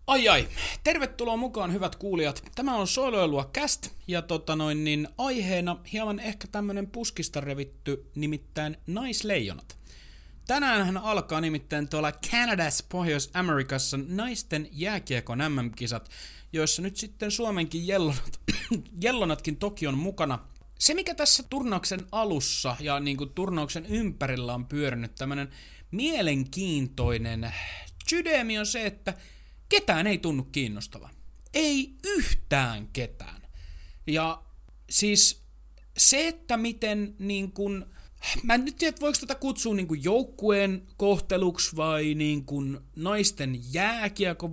Ai, tervetuloa mukaan hyvät kuulijat. Tämä on Sooloilua Cast ja aiheena hieman ehkä tämmönen puskista revitty, nimittäin naisleijonat. Tänään alkaa nimittäin tuolla Canadassa, Pohjois-Amerikassa naisten jääkiekon MM-kisat, joissa nyt sitten Suomenkin jellonatkin toki on mukana. Se mikä tässä turnauksen alussa ja niinku turnauksen ympärillä on pyörinyt tämmönen mielenkiintoinen systeemi on se, että ketään ei tunnu kiinnostava. Ei yhtään ketään. Ja siis se, että miten niin kun, mä en nyt tiedä, voiko tätä kutsua niin kun joukkueen kohteluksi vai niin kun naisten jääkiekko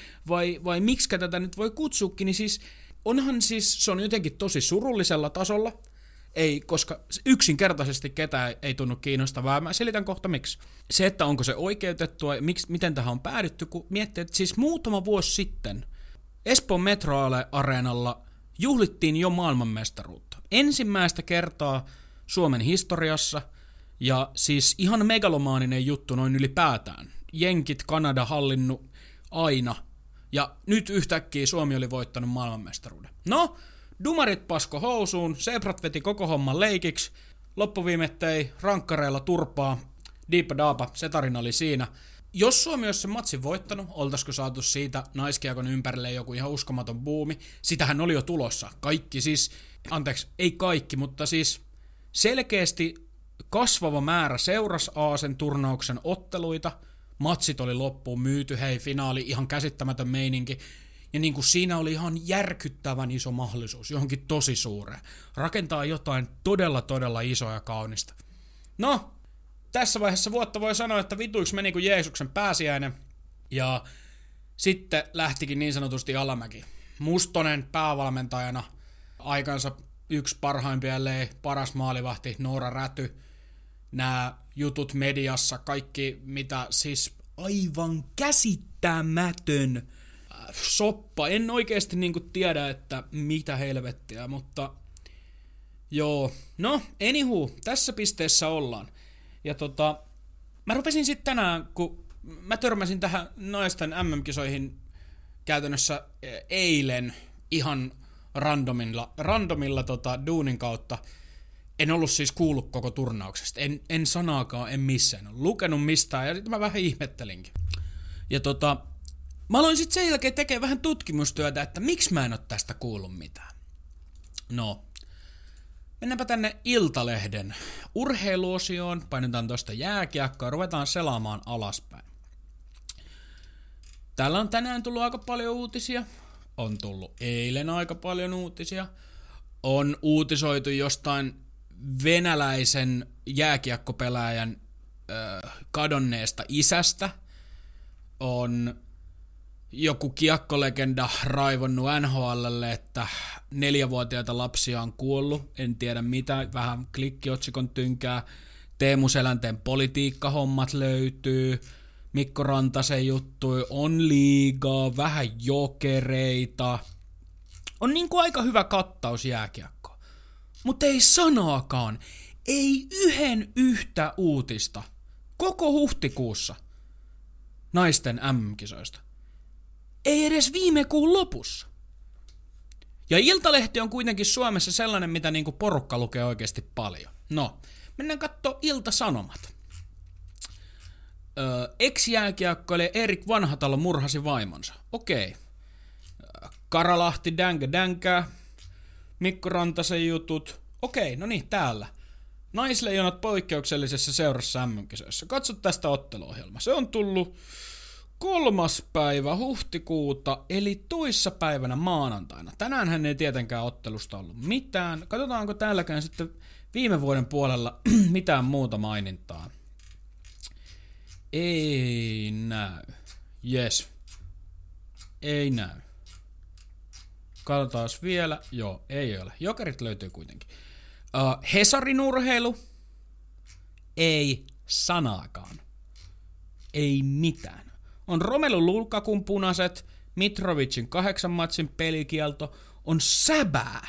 vai miksikä tätä nyt voi kutsuukin, niin siis onhan siis, se on jotenkin tosi surullisella tasolla. Ei, koska yksinkertaisesti ketään ei tunnu kiinnostavaa. Mä selitän kohta miksi. Se, että onko se oikeutettua, miten tähän on päädytty, kun miettii, että siis muutama vuosi sitten Espoon Metroareenalla juhlittiin jo maailmanmestaruutta. Ensimmäistä kertaa Suomen historiassa, ja siis ihan megalomaaninen juttu noin ylipäätään. Jenkit, Kanada hallinnut aina, ja nyt yhtäkkiä Suomi oli voittanut maailmanmestaruuden. No, dumarit pasko housuun, Sebrat veti koko homman leikiksi, loppuviimettei rankkareilla turpaa, diippa daapa, se tarina oli siinä. Jos Suomi olisi sen matsin voittanut, oltaisiko saatu siitä naiskiekon ympärille joku ihan uskomaton buumi? Sitähän oli jo tulossa. Kaikki siis, ei kaikki, mutta siis selkeästi kasvava määrä seurasi sen turnauksen otteluita. Matsit oli loppuun myyty, finaali, ihan käsittämätön meininki. Ja niin kuin siinä oli ihan järkyttävän iso mahdollisuus, johonkin tosi suureen. Rakentaa jotain todella isoa ja kaunista. No, tässä vaiheessa vuotta voi sanoa, että vituiksi meni kuin Jeesuksen pääsiäinen. Ja sitten lähtikin niin sanotusti alamäki. Mustonen päävalmentajana, aikansa yksi parhaimpia, ellei paras maalivahti, Noora Räty. Nämä jutut mediassa, kaikki mitä siis aivan käsittämätön soppa. En oikeasti niinku tiedä, että mitä helvettiä, mutta joo. No, anywho, tässä pisteessä ollaan. Ja mä rupesin sitten tänään, kun mä törmäsin tähän naisten MM-kisoihin käytännössä eilen ihan randomilla duunin kautta. En ollut siis kuullut koko turnauksesta. En sanaakaan, en missään. En lukenut mistään ja sitten mä vähän ihmettelinkin. Ja mä aloin sitten sen jälkeen tekemään vähän tutkimustyötä, että miksi mä en ole tästä kuullut mitään. No, mennäänpä tänne Iltalehden urheiluosioon, painetaan tuosta jääkiekkoa, ruvetaan selaamaan alaspäin. Täällä on tänään tullut aika paljon uutisia, on tullut eilen aika paljon uutisia, on uutisoitu jostain venäläisen jääkiekkopelaajan kadonneesta isästä, on joku kiekkolegenda raivonnut NHLlle, että 4-vuotiaita lapsia on kuollut, en tiedä mitä, vähän klikkiotsikon tynkää, Teemu Selänteen politiikkahommat löytyy, Mikko Rantasen juttui, on liigaa, vähän jokereita, on niinku aika hyvä kattaus jääkiekkoa, mutta ei sanaakaan, ei yhden yhtä uutista, koko huhtikuussa naisten MM-kisoista. Ei edes viime kuun lopussa. Ja Iltalehti on kuitenkin Suomessa sellainen, mitä niinku porukka lukee oikeasti paljon. No, mennään kattoo Ilta-Sanomat. Ex-jääkiekkoilija Erik Vanhatalo murhasi vaimonsa. Okei. Karalahti dänkää. Mikko Rantasen jutut. Okei, no niin, täällä. Naisleijonat poikkeuksellisessa seurassa MM-kisoissa. Katso tästä otteluohjelmaa. Se on tullut 3. päivä huhtikuuta, eli toissapäivänä maanantaina. Tänäänhän ei tietenkään ottelusta ollut mitään. Katsotaanko täälläkään sitten viime vuoden puolella mitään muuta mainintaa. Ei näy. Yes. Ei näy. Katsotaan vielä. Joo, ei ole. Jokerit löytyy kuitenkin. Hesarin urheilu. Ei sanaakaan. Ei mitään. On Romelu Lukakun punaiset, Mitrovicin 8 matsin pelikielto, on säbää.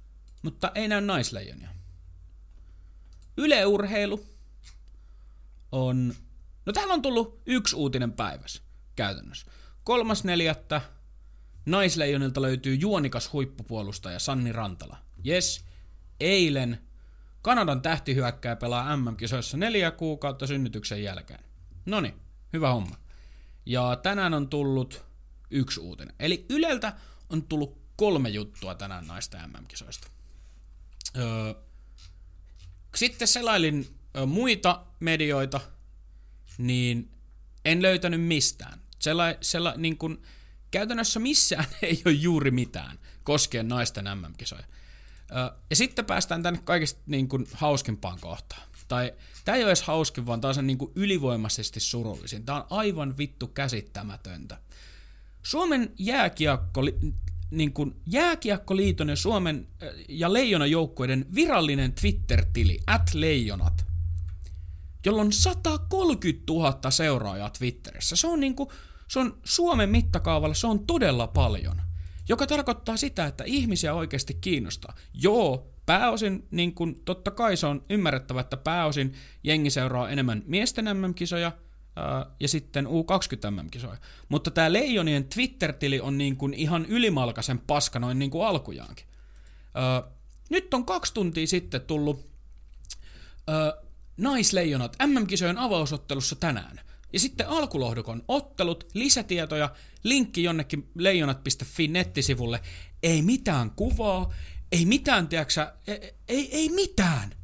Mutta ei näy naisleijonia. Yle Urheilu on... No täällä on tullut 1 uutinen päivässä käytännössä. 3.4. Naisleijonilta löytyy juonikas huippupuolustaja Sanni Rantala. Jes, eilen Kanadan tähtihyökkääjä pelaa MM-kisoissa 4 kuukautta synnytyksen jälkeen. Noniin, hyvä homma. Ja tänään on tullut 1 uutinen. Eli Yleltä on tullut 3 juttua tänään naisten MM-kisoista. Sitten selailin muita medioita, niin en löytänyt mistään. Niin kun, käytännössä missään ei ole juuri mitään koskien naisten MM-kisoja. Ja sitten päästään tänne kaikista niin kun hauskimpaan kohtaan. Tai tää ei ole edes hauskin, vaan tää on niin kun ylivoimaisesti surullisin. Tää on aivan vittu käsittämätöntä. Suomen Jääkiekkoliiton ja Suomen ja Leijona-joukkueiden virallinen Twitter-tili @leijonat, jolla on 130 000 seuraajaa Twitterissä. Se on Suomen mittakaavalla, se on todella paljon. Joka tarkoittaa sitä, että ihmisiä oikeasti kiinnostaa. Joo, pääosin, niin kuin, totta kai se on ymmärrettävä, että pääosin jengi seuraa enemmän miesten MM-kisoja ja sitten U20 MM-kisoja. Mutta tää Leijonien Twitter-tili on niin kuin ihan ylimalkaisen paska noin niin kuin alkujaankin. Nyt on 2 tuntia sitten tullut Naisleijonat MM-kisojen avausottelussa tänään. Ja sitten alkulohdukon ottelut, lisätietoja, linkki jonnekin leijonat.fi nettisivulle. Ei mitään kuvaa, ei mitään, tiiäksä, ei mitään.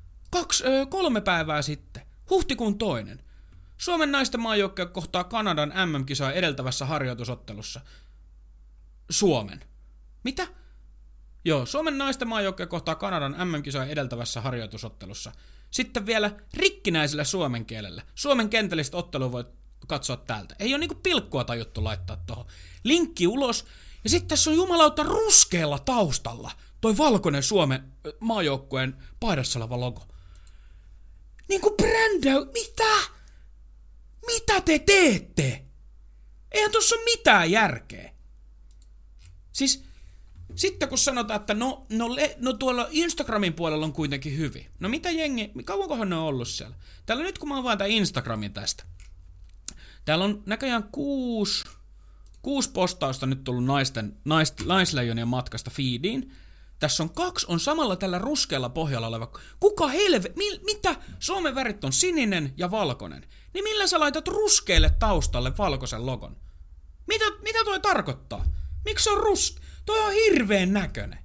3 päivää sitten, huhtikuun 2. Suomen naisten maajoukkue kohtaa Kanadan MM-kisoja edeltävässä harjoitusottelussa. Suomen. Mitä? Joo, Suomen naisten maajoukkue kohtaa Kanadan MM-kisoja edeltävässä harjoitusottelussa. Sitten vielä rikkinäisellä suomen kielellä. Suomen kentällistä ottelua voi katsoa täältä. Ei ole niinku pilkkua tajuttu laittaa tohon. Linkki ulos. Ja sitten tässä on jumalauta ruskealla taustalla toi valkoinen Suomen maajoukkueen paidassa oleva logo. Niinku brändäy... Mitä? Mitä te teette? Eihän tossa ole mitään järkeä. Siis... Sitten kun sanotaan, että no tuolla Instagramin puolella on kuitenkin hyvin. No mitä jengi, kauankohan ne on ollut siellä? Täällä nyt kun mä avaan tämän Instagramin tästä. Täällä on näköjään 6 postausta nyt tullut naisleijonien matkasta feediin. Tässä on 2 on samalla tällä ruskealla pohjalla oleva. Kuka mitä? Suomen värit on sininen ja valkoinen. Niin millä sä laitat ruskealle taustalle valkoisen logon? Mitä toi tarkoittaa? Miksi se on Toi on hirveen näköinen.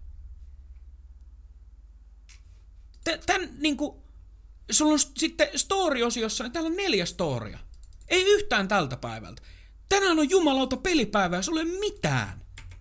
Tän niinku... Sulla on sitten story-osiossa, niin täällä on 4 storya. Ei yhtään tältä päivältä. Tänään on jumalauta pelipäivä ja sulla ei ole mitään.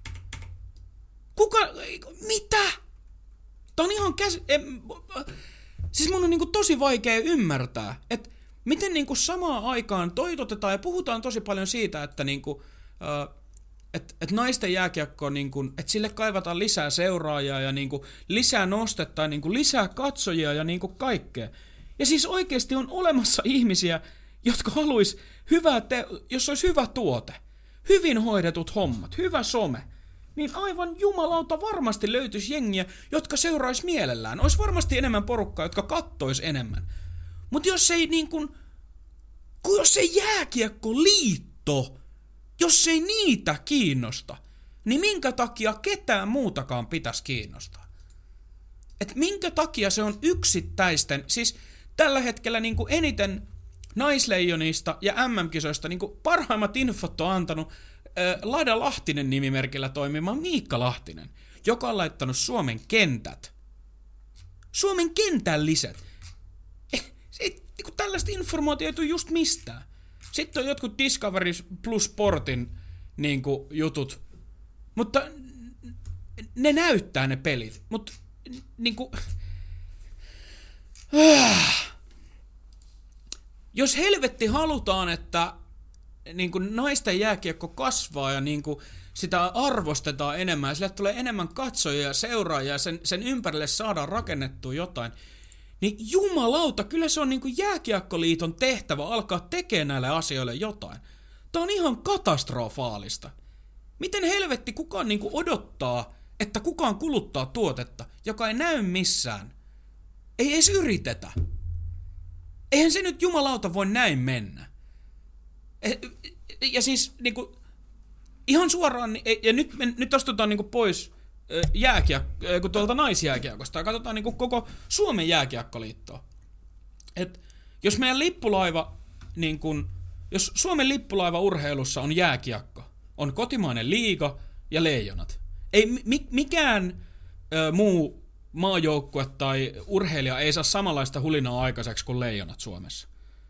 Mitä? Tää on ihan siis mun on niinku tosi vaikea ymmärtää, että miten niinku samaan aikaan toitotetaan ja puhutaan tosi paljon siitä, että niinku... Että naisten jääkiekko, niinku, että sille kaivataan lisää seuraajia ja niinku, lisää nostetta ja niinku, lisää katsojia ja niinku, kaikkea. Ja siis oikeasti on olemassa ihmisiä, jotka haluais jos olisi hyvä tuote, hyvin hoidetut hommat, hyvä some, niin aivan jumalauta varmasti löytyisi jengiä, jotka seuraisi mielellään. Olisi varmasti enemmän porukkaa, jotka kattois enemmän. Mutta jos ei niinku, jos ei jääkiekkoliitto, jos ei niitä kiinnosta, niin minkä takia ketään muutakaan pitäisi kiinnostaa? Et minkä takia se on yksittäisten, siis tällä hetkellä niinku eniten naisleijonista ja MM-kisoista niinku parhaimmat infot on antanut Lada Lahtinen nimimerkillä toimimaan Miikka Lahtinen, joka on laittanut Suomen kentät. Suomen kentälliset. Niinku tällaista informaatiota ei tule just mistään. Sitten on jotkut Discovery Plus Sportin niinku, jutut, mutta ne näyttää ne pelit, mutta niinku... Jos helvetti halutaan, että niinku, naisten jääkiekko kasvaa ja niinku, sitä arvostetaan enemmän ja sille tulee enemmän katsojia ja seuraajia ja sen ympärille saadaan rakennettua jotain, niin jumalauta, kyllä se on niinku Jääkiekkoliiton tehtävä alkaa tekemään näille asioille jotain. Tää on ihan katastrofaalista. Miten helvetti kukaan niinku odottaa, että kukaan kuluttaa tuotetta, joka ei näy missään? Ei edes yritetä. Eihän se nyt jumalauta voi näin mennä. Ja siis niinku, ihan suoraan, ja nyt astutaan niinku pois tuolta naisjääkiekosta ja katsotaan niinku koko Suomen jääkiekkoliittoa. Et jos meidän lippulaiva, niinku, jos Suomen lippulaiva urheilussa on jääkiekko, on kotimainen liiga ja Leijonat. Ei mikään muu maajoukkue tai urheilija ei saa samanlaista hulinaa aikaiseksi kuin Leijonat Suomessa.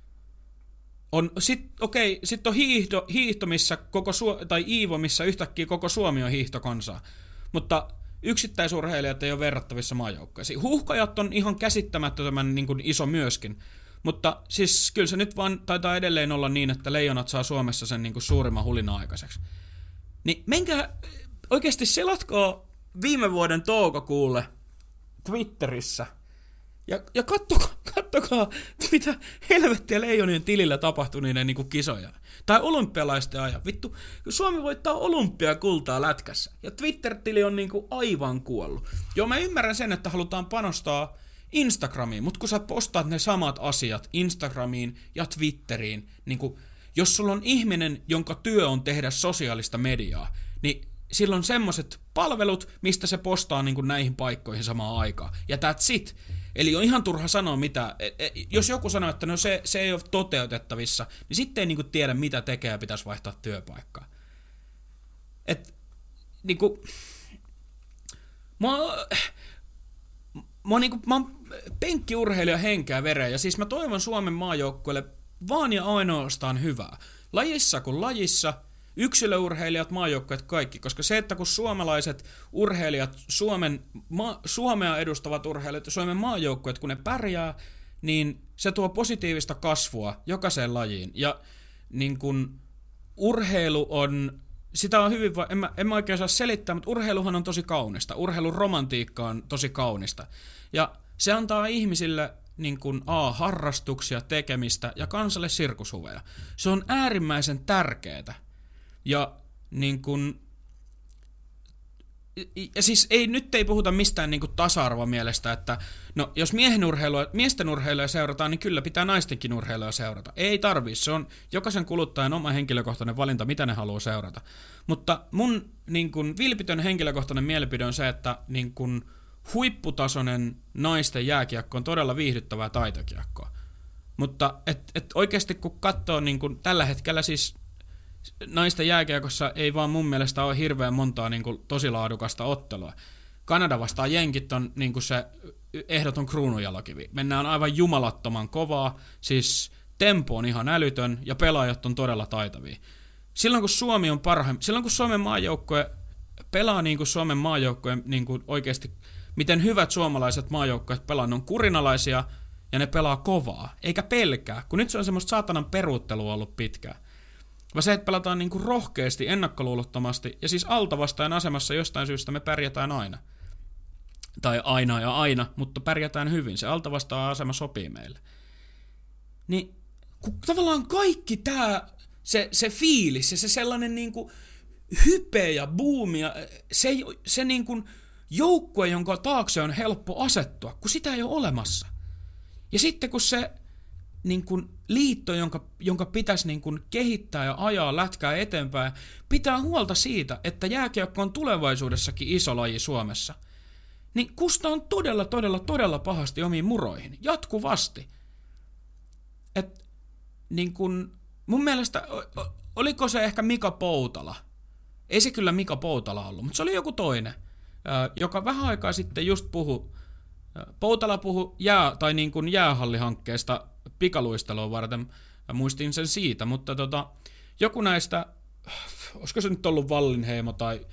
Sitten on hiihto missä tai Iivo, missä yhtäkkiä koko Suomi on hiihtokansaa. Mutta yksittäisurheilijat ei ole verrattavissa maajoukkueisiin. Huuhkajat on ihan käsittämättömän niin kuin iso myöskin. Mutta siis kyllä se nyt vaan taitaa edelleen olla niin, että Leijonat saa Suomessa sen niin kuin suurimman hulinaa aikaiseksi. Niin menkää oikeasti selatkaa viime vuoden toukokuulle Twitterissä. Ja kattokaa, mitä helvettiä Leijonien tilillä tapahtui niiden niinku kisoja. Tai olympialaisten ajan. Vittu, Suomi voittaa olympiakultaa lätkässä. Ja Twitter-tili on niinku aivan kuollut. Joo, mä ymmärrän sen, että halutaan panostaa Instagramiin, mutta kun sä postaat ne samat asiat Instagramiin ja Twitteriin, niinku, jos sulla on ihminen, jonka työ on tehdä sosiaalista mediaa, niin silloin semmoset palvelut, mistä se postaa niinku näihin paikkoihin samaan aikaan. Ja that's it. Eli on ihan turha sanoa mitä. Jos joku sanoo, että no se ei ole toteutettavissa, niin sitten ei niinku tiedä mitä tekee ja pitäisi vaihtaa työpaikkaa. Et niinku mä oon penkkiurheilija henkeä vereen, ja siis mä toivon Suomen maajoukkueelle vaan ja ainoastaan hyvää. Lajissa kuin lajissa, yksilöurheilijat, maajoukkueet, kaikki, koska se, että kun suomalaiset urheilijat, Suomea edustavat urheilijat ja Suomen maajoukkueet, kun ne pärjää, niin se tuo positiivista kasvua jokaiseen lajiin. Ja niin kun urheilu on, sitä on hyvin, en mä oikein saa selittää, mutta urheiluhan on tosi kaunista. Urheilun romantiikka on tosi kaunista. Ja se antaa ihmisille niin kuin harrastuksia, tekemistä ja kansalle sirkushuveja. Se on äärimmäisen tärkeää. Ja niin kuin, ja siis nyt ei puhuta mistään niin kuin tasa-arvon mielestä, että no jos miesten urheilua seurataan, niin kyllä pitää naistenkin urheilua seurata. Ei tarvii, se on jokaisen kuluttajan oma henkilökohtainen valinta, mitä ne haluaa seurata. Mutta mun niin kuin vilpitön henkilökohtainen mielipide on se, että niin kuin huipputasoinen naisten jääkiekko on todella viihdyttävää taitokiekkoa. Mutta oikeasti kun katsoo niin kuin tällä hetkellä siis naisten jääkiekossa ei vaan mun mielestä ole hirveän montaa niin kuin tosi laadukasta ottelua. Kanada vastaan jenkit on niin kuin se ehdoton kruununjalokivi. Mennään aivan jumalattoman kovaa, siis tempo on ihan älytön ja pelaajat on todella taitavia. Silloin kun Suomen maajoukkue pelaa niin kuin Suomen maajoukkue niin kuin oikeasti, miten hyvät suomalaiset maajoukkueet pelaa, ne on kurinalaisia ja ne pelaa kovaa, eikä pelkää, kun nyt se on semmoista saatanan peruuttelua ollut pitkään. Vaan se, että pelataan niinku rohkeasti, ennakkoluulottomasti, ja siis altavastajan asemassa jostain syystä me pärjätään aina. Tai aina ja aina, mutta pärjätään hyvin. Se altavastajan asema sopii meille. Niin, kun tavallaan kaikki tää, se fiilis ja se sellainen niinku hype ja buumi, ja se niinku joukkue, jonka taakse on helppo asettua, kun sitä ei ole olemassa. Ja sitten kun se niin kuin liitto, jonka pitäisi niin kuin kehittää ja ajaa lätkää eteenpäin, pitää huolta siitä, että jääkiekko on tulevaisuudessakin iso laji Suomessa, niin kustaa on todella pahasti omiin muroihin, jatkuvasti. Et niin kuin, mun mielestä, oliko se ehkä Mika Poutala? Ei se kyllä Mika Poutala ollut, mutta se oli joku toinen, joka vähän aikaa sitten just Poutala puhui niin kuin jäähallihankkeesta pikaluistelua varten, muistin sen siitä, mutta joku näistä, olisiko se nyt ollut Wallinheimo tai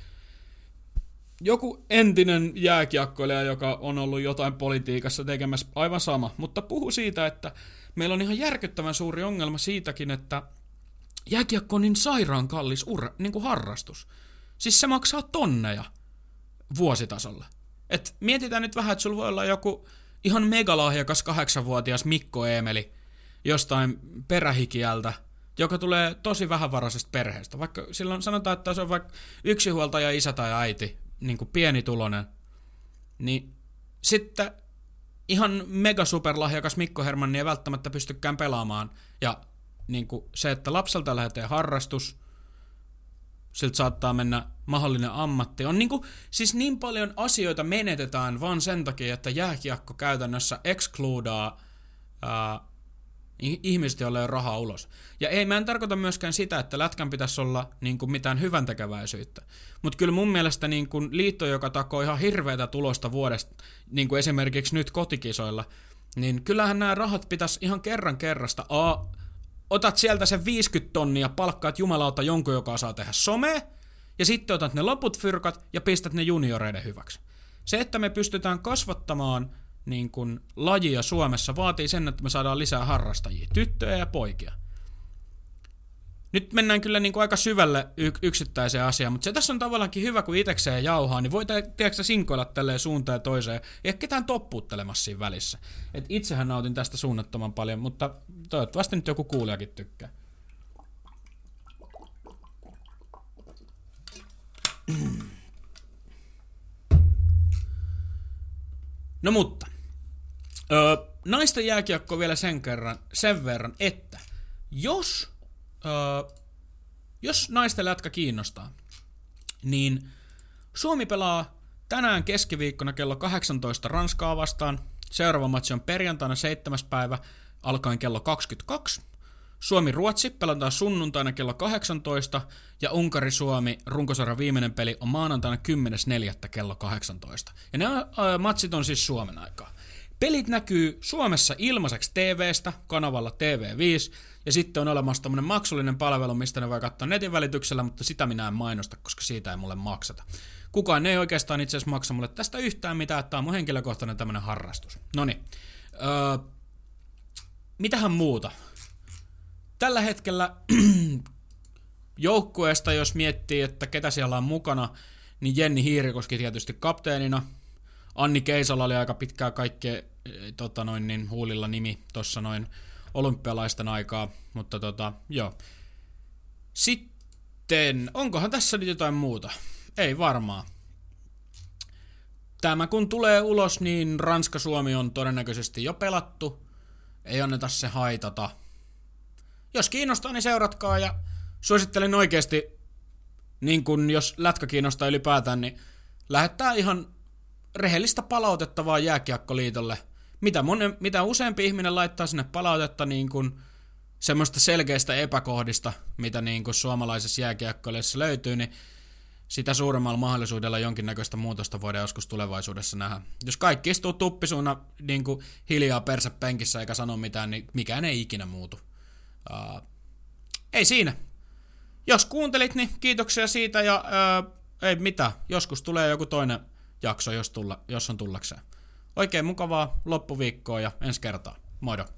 joku entinen jääkiekkoilija, joka on ollut jotain politiikassa tekemässä aivan sama, mutta puhu siitä, että meillä on ihan järkyttävän suuri ongelma siitäkin, että jääkiekko on niin sairaan kallis niin kuin harrastus. Siis se maksaa tonneja vuositasolla. Et mietitään nyt vähän, että sulla voi olla joku ihan megalahjakas 8-vuotias Mikko Eemeli jostain perähikiältä, joka tulee tosi vähävaraisesta perheestä. Vaikka silloin sanotaan, että se on vaikka yksinhuoltaja, isä tai äiti, niin kuin pienituloinen, niin sitten ihan mega superlahjakas Mikko Hermanni ei välttämättä pystykään pelaamaan. Ja niin kuin se, että lapselta lähdetään harrastus, siltä saattaa mennä mahdollinen ammatti. On niin kuin, siis niin paljon asioita menetetään vaan sen takia, että jääkiekko käytännössä excludaa ihmiset, joilla ei ole rahaa ulos. Ja ei, mä en tarkoita myöskään sitä, että lätkän pitäisi olla niin kuin mitään hyväntekeväisyyttä. Mutta kyllä mun mielestä niin kuin liitto, joka takoo ihan hirveätä tulosta vuodesta, niin kuin esimerkiksi nyt kotikisoilla, niin kyllähän nämä rahat pitäisi ihan kerrasta. Otat sieltä sen 50 tonnia, palkkaat jumalauta jonkun, joka osaa tehdä somea, ja sitten otat ne loput fyrkat ja pistät ne junioreiden hyväksi. Se, että me pystytään kasvattamaan niin kun lajia Suomessa, vaatii sen, että me saadaan lisää harrastajia, tyttöjä ja poikia. Nyt mennään kyllä niin kuin aika syvälle yksittäiseen asiaan, mutta se tässä on tavallaankin hyvä, kun itsekseen jauhaa, niin voi tiedätkö sinkoilla tälleen suuntaan ja toiseen, ei ketään toppuuttelemassa siinä välissä. Et itsehän nautin tästä suunnattoman paljon, mutta toivottavasti nyt joku kuulijakin tykkää. No mutta, naisten jääkiekko vielä sen verran, että jos naisten lätkä kiinnostaa, niin Suomi pelaa tänään keskiviikkona kello 18 Ranskaa vastaan. Seuraava matsi on perjantaina 7. päivä alkaen kello 22. Suomi-Ruotsi pelataan sunnuntaina kello 18 ja Unkari-Suomi runkosarjan viimeinen peli on maanantaina 10.4. kello 18. Ja nämä matsit on siis Suomen aikaa. Pelit näkyy Suomessa ilmaiseksi TV:stä, kanavalla TV5, ja sitten on olemassa tämmöinen maksullinen palvelu, mistä ne voi katsoa netin välityksellä, mutta sitä minä en mainosta, koska siitä ei mulle makseta. Kukaan ei oikeastaan itse asiassa maksa mulle tästä yhtään mitään, että tämä on mun henkilökohtainen tämmöinen harrastus. Noniin, mitähän muuta? Tällä hetkellä joukkueesta, jos miettii, että ketä siellä on mukana, niin Jenni Hiirikoski tietysti kapteenina. Anni Keisala oli aika pitkään kaikkea huulilla nimi tuossa noin olympialaisten aikaa, mutta joo. Sitten, onkohan tässä nyt jotain muuta? Ei varmaan. Tämä kun tulee ulos, niin Ranska-Suomi on todennäköisesti jo pelattu. Ei anneta se haitata. Jos kiinnostaa, niin seuratkaa ja suosittelen oikeasti, niin kun jos lätkä kiinnostaa ylipäätään, niin lähettää ihan rehellistä palautetta vaan Jääkiekkoliitolle. Mitä useampi ihminen laittaa sinne palautetta niin kun semmoista selkeistä epäkohdista, mitä niin kun suomalaisessa jääkiekkoilijassa löytyy, niin sitä suuremmalla mahdollisuudella jonkinnäköistä muutosta voidaan joskus tulevaisuudessa nähdä. Jos kaikki istuu tuppisuuna niin kun hiljaa persä penkissä eikä sano mitään, niin mikään ei ikinä muutu. Ei siinä. Jos kuuntelit, niin kiitoksia siitä ja ei mitään. Joskus tulee joku toinen jakso, jos on tullakseen. Oikein mukavaa loppuviikkoa ja ensi kertaa. Moido.